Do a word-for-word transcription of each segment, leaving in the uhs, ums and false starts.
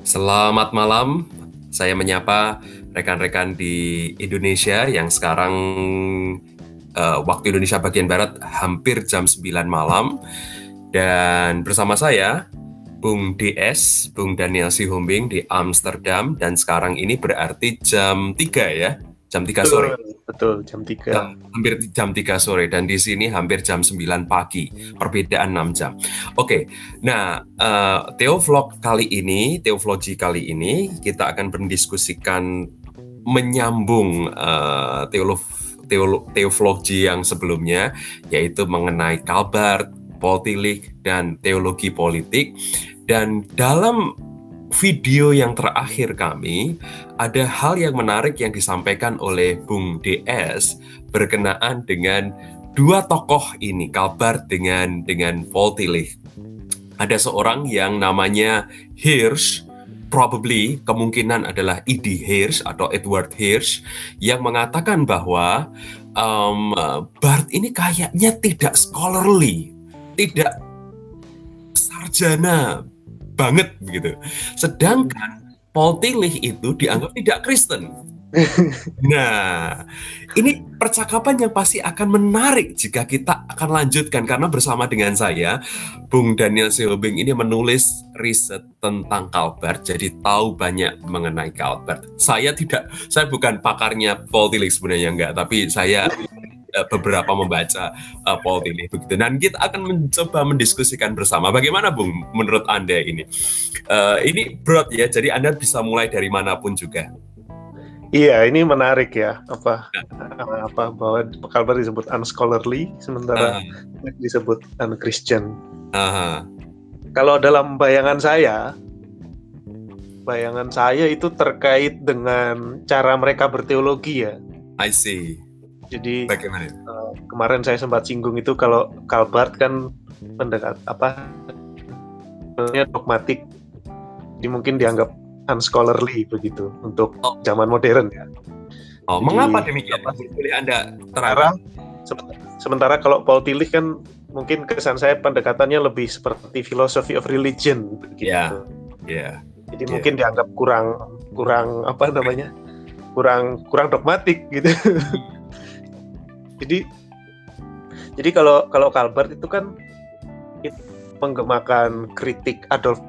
Selamat malam, saya menyapa rekan-rekan di Indonesia yang sekarang uh, waktu Indonesia bagian Barat hampir jam sembilan malam. Dan bersama saya, Bung D S, Bung Daniel Sihombing di Amsterdam. Dan sekarang ini berarti jam tiga ya, jam tiga sore. Betul, betul jam tiga. Jam, hampir jam tiga sore, dan di sini hampir jam sembilan pagi, perbedaan enam jam. Oke, nah uh, Teovlog kali ini, Teovlogi kali ini, kita akan mendiskusikan menyambung uh, teolog, teolog, teovlogi yang sebelumnya, yaitu mengenai Calbart, Paul Tillich, dan teologi politik. Dan dalam video yang terakhir kami, ada hal yang menarik yang disampaikan oleh Bung D S berkenaan dengan dua tokoh ini, Calbart dengan dengan Paul Tillich. Ada seorang yang namanya Hirsch, probably kemungkinan adalah E D Hirsch atau Edward Hirsch, yang mengatakan bahwa um, Barth ini kayaknya tidak scholarly, tidak sarjana banget gitu. Sedangkan Paul Tillich itu dianggap tidak Kristen. Nah, ini percakapan yang pasti akan menarik jika kita akan lanjutkan, karena bersama dengan saya, Bung Daniel Sihombing ini menulis riset tentang Calbart, jadi tahu banyak mengenai Calbart. Saya tidak, saya bukan pakarnya Paul Tillich sebenarnya, enggak, tapi saya beberapa membaca uh, Paul Tillich begitu. Dan kita akan mencoba mendiskusikan bersama. Bagaimana, Bung, menurut Anda ini? Uh, ini broad ya, jadi Anda bisa mulai dari manapun juga. Iya, ini menarik ya, apa nah. apa bahwa Calbart disebut unscholarly, sementara uh. disebut unchristian. Uh-huh. Kalau dalam bayangan saya, bayangan saya itu terkait dengan cara mereka berteologi ya. I see. Jadi bagaimana? Uh, kemarin saya sempat singgung itu kalau Calbart kan pendekat apa, dogmatik, jadi mungkin dianggap unscholarly begitu untuk oh. zaman modern ya. Oh, jadi, mengapa demikian? Boleh Anda terangkan? Sementara, sementara kalau Paul Tillich kan mungkin kesan saya pendekatannya lebih seperti philosophy of religion begitu. Yeah. Yeah. Jadi yeah. mungkin dianggap kurang kurang apa namanya? kurang kurang dogmatik gitu. jadi jadi kalau kalau Calbart itu kan itu menggemakan kritik Adolf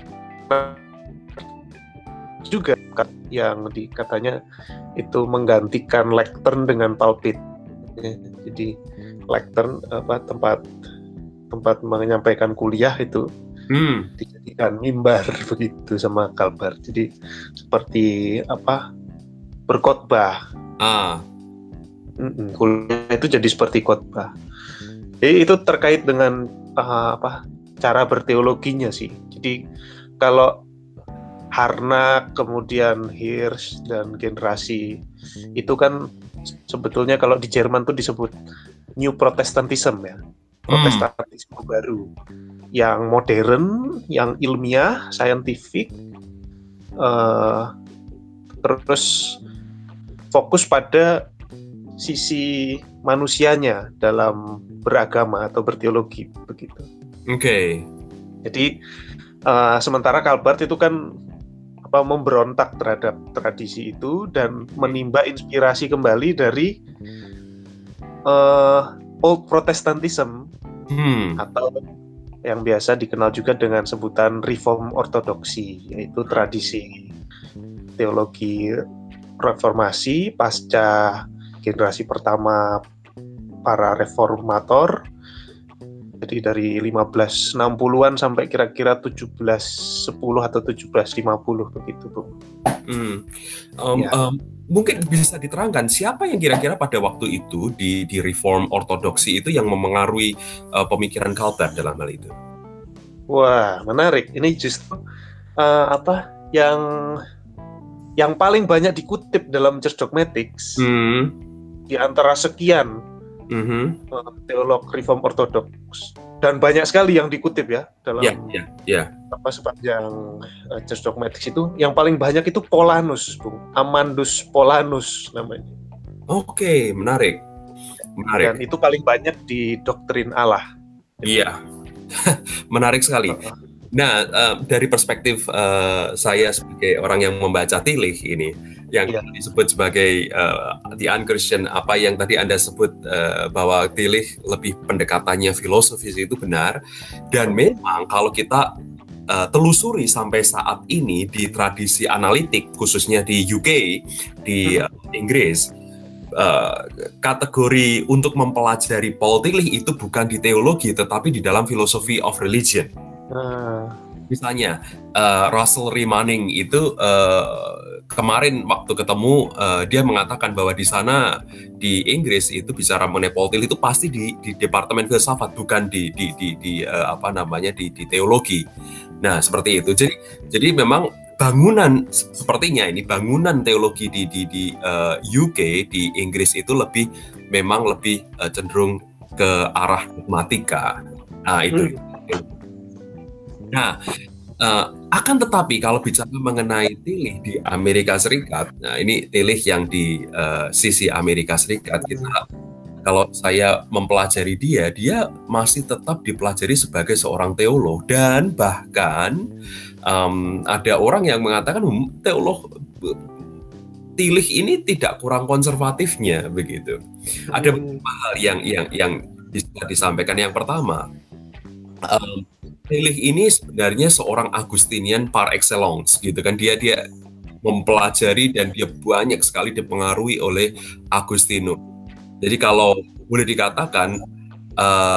juga kan, yang dikatanya itu menggantikan lectern dengan pulpit. Ya, jadi lectern apa tempat tempat menyampaikan kuliah itu hmm. dijadikan mimbar begitu sama Calbart. Jadi seperti apa berkhotbah. Ah. Kuliah itu jadi seperti khotbah. Jadi itu terkait dengan uh, apa cara berteologinya sih. Jadi kalau Harnack, kemudian Hirsch dan generasi itu kan sebetulnya kalau di Jerman tuh disebut New Protestantism ya, Protestantisme hmm. baru, yang modern, yang ilmiah, scientific, uh, terus fokus pada sisi manusianya dalam beragama atau berteologi begitu. Oke. Okay. Jadi uh, sementara Calbart itu kan apa memberontak terhadap tradisi itu dan menimba inspirasi kembali dari uh, Old Protestantism hmm. atau yang biasa dikenal juga dengan sebutan Reform Ortodoksi, yaitu tradisi teologi reformasi pasca generasi pertama para reformator. Jadi dari lima belas enam puluhan sampai kira-kira tujuh belas sepuluh atau tujuh belas lima puluh begitu, Bu. Hmm. Um, ya. um, mungkin bisa diterangkan siapa yang kira-kira pada waktu itu di, di Reform Ortodoksi itu yang memengaruhi uh, pemikiran Calbart dalam hal itu? Wah, menarik. Ini justru uh, apa yang yang paling banyak dikutip dalam Church Dogmatics hmm. di antara sekian Mm-hmm. teolog Reform Ortodoks, dan banyak sekali yang dikutip ya dalam yeah, yeah, yeah. apa sepanjang uh, Church Dogmatics itu yang paling banyak itu Polanus, Bung. Amandus Polanus namanya. Oke, okay, menarik, menarik. Dan itu paling banyak di doktrin Allah. Iya, yeah. menarik sekali. Nah, uh, dari perspektif uh, saya sebagai orang yang membaca Tillich ini, yang yeah. disebut sebagai uh, the unchristian, apa yang tadi Anda sebut uh, bahwa Tillich lebih pendekatannya filosofis itu benar, dan memang kalau kita uh, telusuri sampai saat ini di tradisi analitik, khususnya di U K, di uh, Inggris, uh, kategori untuk mempelajari Paul Tillich itu bukan di teologi, tetapi di dalam philosophy of religion. Uh. Misalnya uh, Russell Rimaning itu uh, kemarin waktu ketemu uh, dia mengatakan bahwa di sana di Inggris itu bicara mengenai Paul Tillich itu pasti di, di departemen filsafat, bukan di di di, di uh, apa namanya di, di teologi. Nah seperti itu. Jadi jadi memang bangunan sepertinya ini bangunan teologi di di, di uh, U K di Inggris itu lebih memang lebih uh, cenderung ke arah dogmatika. Nah itu. Hmm. Nah, uh, akan tetapi kalau bicara mengenai Tillich di Amerika Serikat, nah ini Tillich yang di uh, sisi Amerika Serikat, kita kalau saya mempelajari dia, dia masih tetap dipelajari sebagai seorang teolog, dan bahkan um, ada orang yang mengatakan um, teolog Tillich ini tidak kurang konservatifnya begitu. Ada beberapa hal yang yang yang bisa disampaikan. Yang pertama, um, Tillich ini sebenarnya seorang Agustinian par excellence gitu kan, dia dia mempelajari dan dia banyak sekali dipengaruhi oleh Agustinus. Jadi kalau boleh dikatakan uh,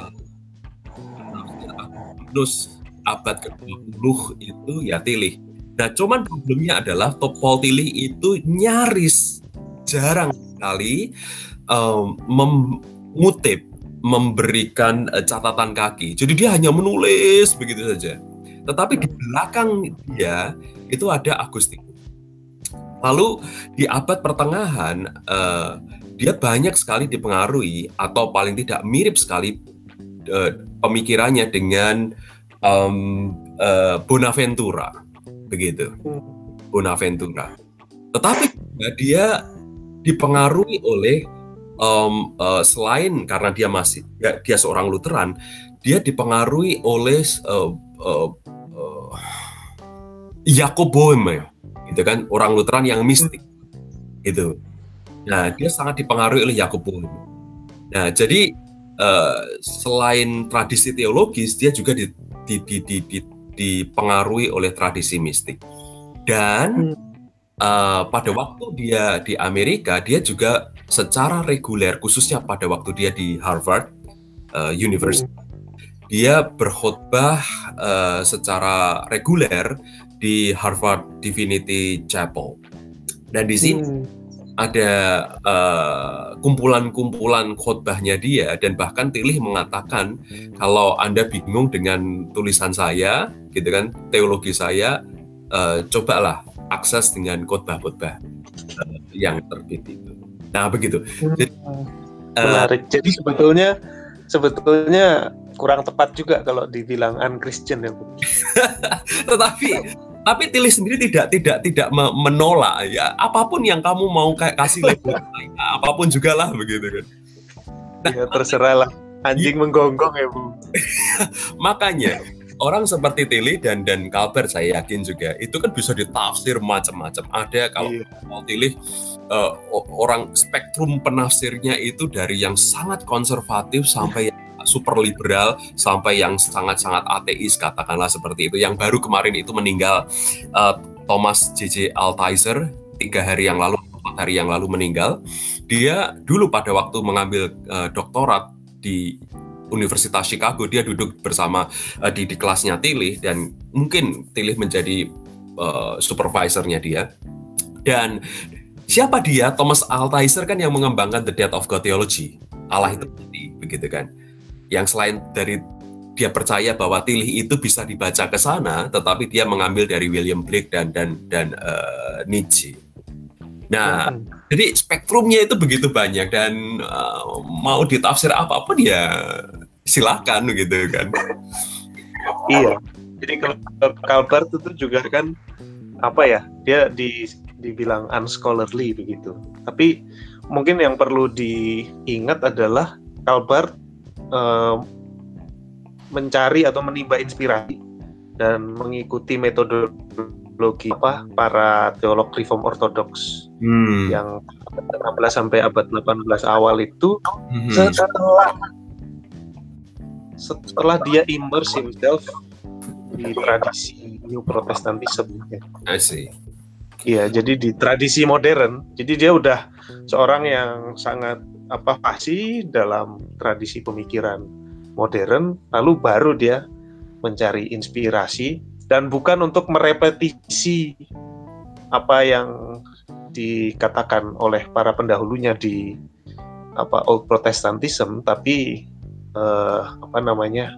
Agustinus abad ke dua puluh itu ya Tillich. Nah cuman problemnya adalah Paul Tillich itu nyaris jarang sekali um, mengutip, memberikan uh, catatan kaki. Jadi dia hanya menulis begitu saja. Tetapi di belakang dia itu ada Agustinus. Lalu di abad pertengahan uh, dia banyak sekali dipengaruhi atau paling tidak mirip sekali uh, pemikirannya dengan um, uh, Bonaventura, begitu. Bonaventura. Tetapi dia dipengaruhi oleh Um, uh, selain karena dia masih ya, dia seorang Lutheran, dia dipengaruhi oleh uh, uh, uh, Jacob Boehme, gitu kan, orang Lutheran yang mistik, gitu. Nah, dia sangat dipengaruhi oleh Jacob Boehme. Nah, jadi uh, selain tradisi teologis, dia juga di, di, di, di, di, dipengaruhi oleh tradisi mistik. Dan Uh, pada waktu dia di Amerika, dia juga secara reguler, khususnya pada waktu dia di Harvard uh, University, dia berkhotbah uh, secara reguler di Harvard Divinity Chapel. Dan di sini hmm. ada uh, kumpulan-kumpulan khotbahnya dia, dan bahkan Tillich mengatakan kalau Anda bingung dengan tulisan saya, gitu kan, teologi saya, uh, cobalah akses dengan khotbah-khotbah uh, yang terbit itu. Nah begitu. Jadi, menarik. Uh, Jadi sebetulnya sebetulnya kurang tepat juga kalau dibilang unchristian ya. Tetapi tapi Tillich sendiri tidak tidak tidak menolak ya, apapun yang kamu mau kayak kasih label, apapun juga lah begitu kan. Nah, ya, terserah lah. Anjing ya. Menggonggong ya Bu. Makanya orang seperti Tillich dan dan Calvert saya yakin juga itu kan bisa ditafsir macam-macam. Ada kalau yeah. Tillich uh, orang spektrum penafsirnya itu dari yang sangat konservatif sampai yang super liberal sampai yang sangat-sangat ateis, katakanlah seperti itu. Yang baru kemarin itu meninggal uh, Thomas J J Altizer tiga hari yang lalu, empat hari yang lalu meninggal. Dia dulu pada waktu mengambil uh, doktorat di Universitas Chicago, dia duduk bersama uh, di, di kelasnya Tillich, dan mungkin Tillich menjadi uh, supervisornya dia. Dan siapa dia? Thomas Altizer kan yang mengembangkan The Death of God Theology, Allah itu mati, begitu kan. Yang selain dari dia percaya bahwa Tillich itu bisa dibaca ke sana, tetapi dia mengambil dari William Blake dan dan dan uh, Nietzsche. Nah, hmm. jadi spektrumnya itu begitu banyak, dan uh, mau ditafsir apapun ya silakan gitu kan. Iya. Jadi kalau Calvert itu juga kan apa ya? Dia di, dibilang unscholarly begitu. Tapi mungkin yang perlu diingat adalah Calvert uh, mencari atau menimba inspirasi dan mengikuti metodologi apa para teolog Reform Ortodoks hmm. yang enam belas sampai abad delapan belas awal itu hmm. setelah setelah dia immerse himself di tradisi New Protestantism. I see. Iya, jadi di tradisi modern, jadi dia udah seorang yang sangat apa fasih dalam tradisi pemikiran modern, lalu baru dia mencari inspirasi dan bukan untuk merepetisi apa yang dikatakan oleh para pendahulunya di apa Old Protestantism, tapi eh, apa namanya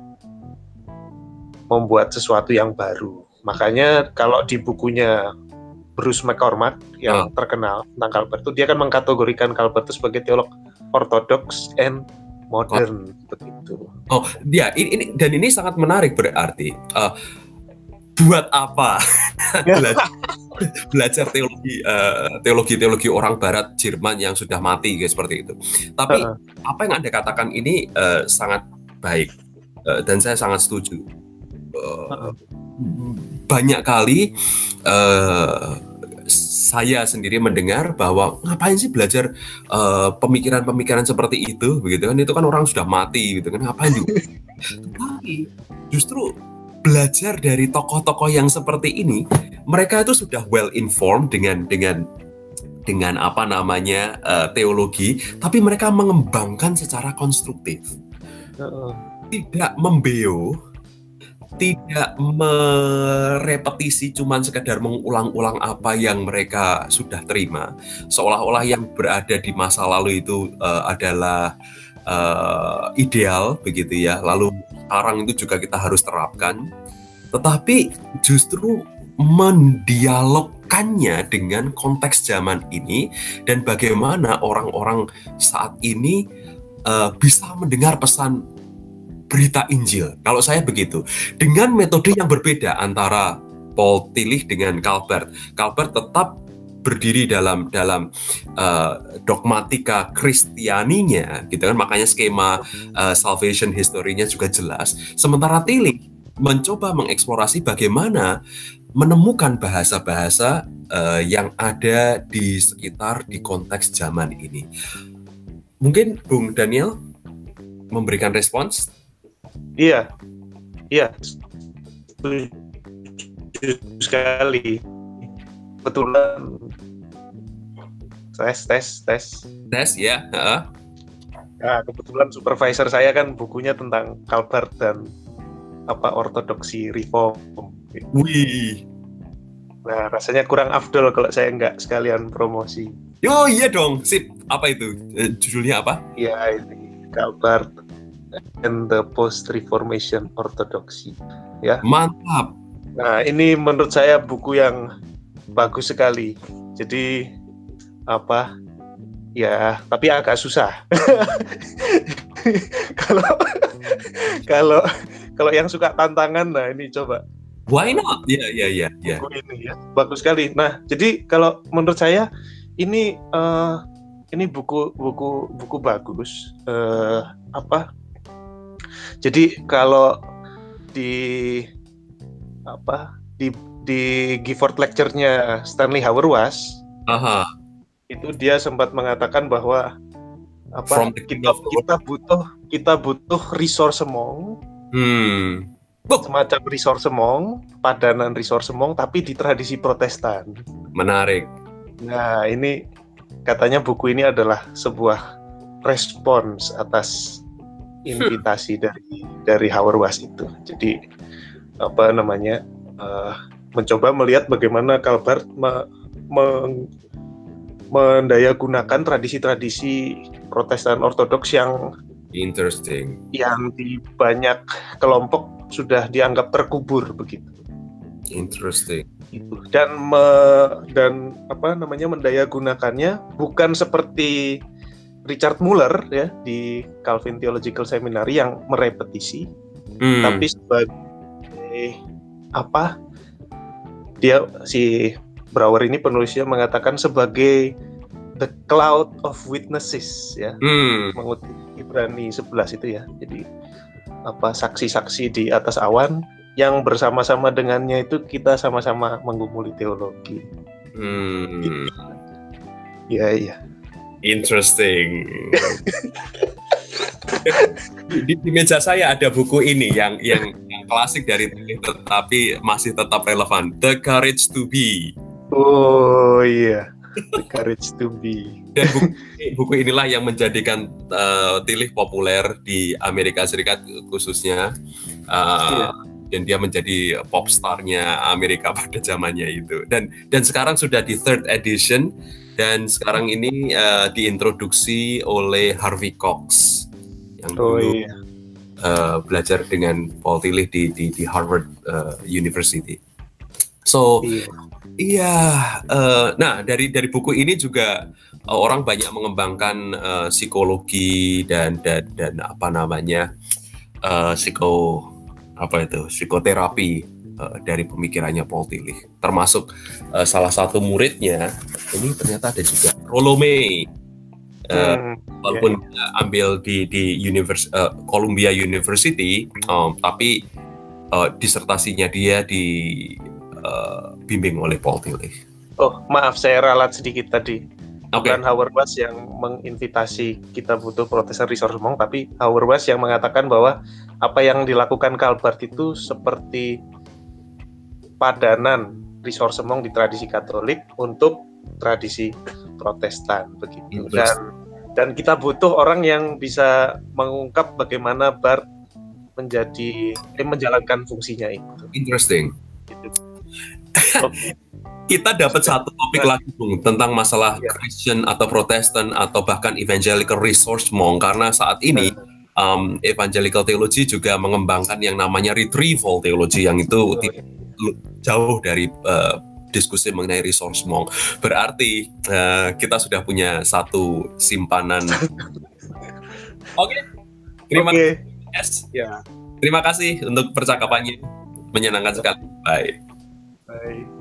membuat sesuatu yang baru. Makanya kalau di bukunya Bruce McCormack yang oh. terkenal tentang Calvert itu, dia kan mengkategorikan Calvert itu sebagai teolog ortodoks and modern oh. begitu. Oh, dia ini, ini dan ini sangat menarik berarti. Uh, buat apa belajar, belajar teologi uh, teologi teologi orang Barat Jerman yang sudah mati kayak seperti itu. Tapi uh-huh. apa yang Anda katakan ini uh, sangat baik uh, dan saya sangat setuju. Uh, uh-huh. Banyak kali uh, saya sendiri mendengar bahwa ngapain sih belajar uh, pemikiran-pemikiran seperti itu, begitu kan? Itu kan orang sudah mati, gitu kan? Ngapain juga? Tapi justru belajar dari tokoh-tokoh yang seperti ini, mereka itu sudah well informed dengan dengan dengan apa namanya uh, teologi, tapi mereka mengembangkan secara konstruktif, uh-uh. tidak membeo. Tidak merepetisi cuman sekedar mengulang-ulang apa yang mereka sudah terima, seolah-olah yang berada di masa lalu itu uh, adalah uh, ideal begitu ya, lalu sekarang itu juga kita harus terapkan, tetapi justru mendialogkannya dengan konteks zaman ini dan bagaimana orang-orang saat ini uh, bisa mendengar pesan berita Injil. Kalau saya begitu, dengan metode yang berbeda antara Paul Tillich dengan Calvert. Calvert tetap berdiri dalam dalam uh, dogmatika Kristianinya, gitu kan? Makanya skema uh, salvation history-nya juga jelas. Sementara Tillich mencoba mengeksplorasi bagaimana menemukan bahasa-bahasa uh, yang ada di sekitar di konteks zaman ini. Mungkin Bung Daniel memberikan respons. Iya, iya, setuju sekali. Kebetulan tes, tes, tes, tes, ya. Uh-huh. Nah, kebetulan supervisor saya kan bukunya tentang Calvert dan apa ortodoksi reform. Wih. Nah, rasanya kurang afdol kalau saya nggak sekalian promosi. Oh iya dong, sip. Apa itu? Uh, judulnya apa? Iya, ini Calvert and the Post-Reformation Orthodoxy, ya. Mantap. Nah, ini menurut saya buku yang bagus sekali. Jadi apa? Ya, tapi agak susah. Kalau kalau kalau yang suka tantangan, nah ini coba. Why not? Ya, ya, ya, ya. Buku ini ya, bagus sekali. Nah, jadi kalau menurut saya ini uh, ini buku buku buku bagus. Uh, apa? Jadi kalau di apa di di Gifford lecture-nya Stanley Hauerwas, uh-huh. itu dia sempat mengatakan bahwa apa kita kita butuh kita butuh ressourcemont, hmm. semacam ressourcemont, padanan ressourcemont tapi di tradisi Protestan. Menarik. Nah, ini katanya buku ini adalah sebuah respons atas invitasi hmm. dari dari Hauerwas itu. Jadi apa namanya uh, mencoba melihat bagaimana Calvert me, me, mendayagunakan tradisi-tradisi Protestan Ortodoks yang interesting, yang di banyak kelompok sudah dianggap terkubur begitu. Interesting. Itu dan me, dan apa namanya mendayagunakannya bukan seperti Richard Muller ya di Calvin Theological Seminary yang merepetisi, hmm. tapi sebagai apa dia si Brouwer ini penulisnya mengatakan sebagai the cloud of witnesses ya, hmm. mengutip Ibrani sebelas itu ya. Jadi apa saksi-saksi di atas awan yang bersama-sama dengannya itu kita sama-sama menggumuli teologi. Hmm. Iya, iya. Interesting. di, di meja saya ada buku ini yang yang, yang klasik dari tetapi masih tetap relevan, The Courage to Be. Oh iya, The Courage to Be. Dan buku, buku inilah yang menjadikan uh, Tillich populer di Amerika Serikat khususnya, uh, yeah. Dan dia menjadi popstarnya Amerika pada zamannya itu. Dan dan sekarang sudah di third edition dan sekarang ini uh, diintroduksi oleh Harvey Cox yang dulu oh, iya. uh, belajar dengan Paul Tillich di di, di Harvard uh, University. So iya, iya uh, nah dari dari buku ini juga uh, orang banyak mengembangkan uh, psikologi dan dan dan apa namanya uh, psiko apa itu psikoterapi uh, dari pemikirannya Paul Tillich. Termasuk uh, salah satu muridnya ini ternyata ada juga Rollo May. Uh, hmm, walaupun yeah. uh, ambil di di univers, uh, Columbia University, um, tapi uh, disertasinya dia dibimbing uh, oleh Paul Tillich. Oh maaf saya ralat sedikit tadi. Okay. Bukan Hauerwas yang menginvitasi kita butuh Protestant Ressourcement, tapi Hauerwas yang mengatakan bahwa apa yang dilakukan Calvert itu seperti padanan Ressourcement di tradisi Katolik untuk tradisi Protestan begitu. Dan dan kita butuh orang yang bisa mengungkap bagaimana Barth menjadi eh, menjalankan fungsinya itu. Interesting. Gitu. Okay. Kita dapat satu topik lagi Bung, tentang masalah yeah. Christian atau Protestan atau bahkan Evangelical Ressourcement, karena saat ini um, Evangelical Theology juga mengembangkan yang namanya Retrieval Theology yang itu oh, yeah. jauh dari uh, diskusi mengenai ressourcement. Berarti uh, kita sudah punya satu simpanan. Oke, okay. Terima okay. kasih. Yes. Yeah. Terima kasih untuk percakapannya, menyenangkan sekali. Bye. Bye.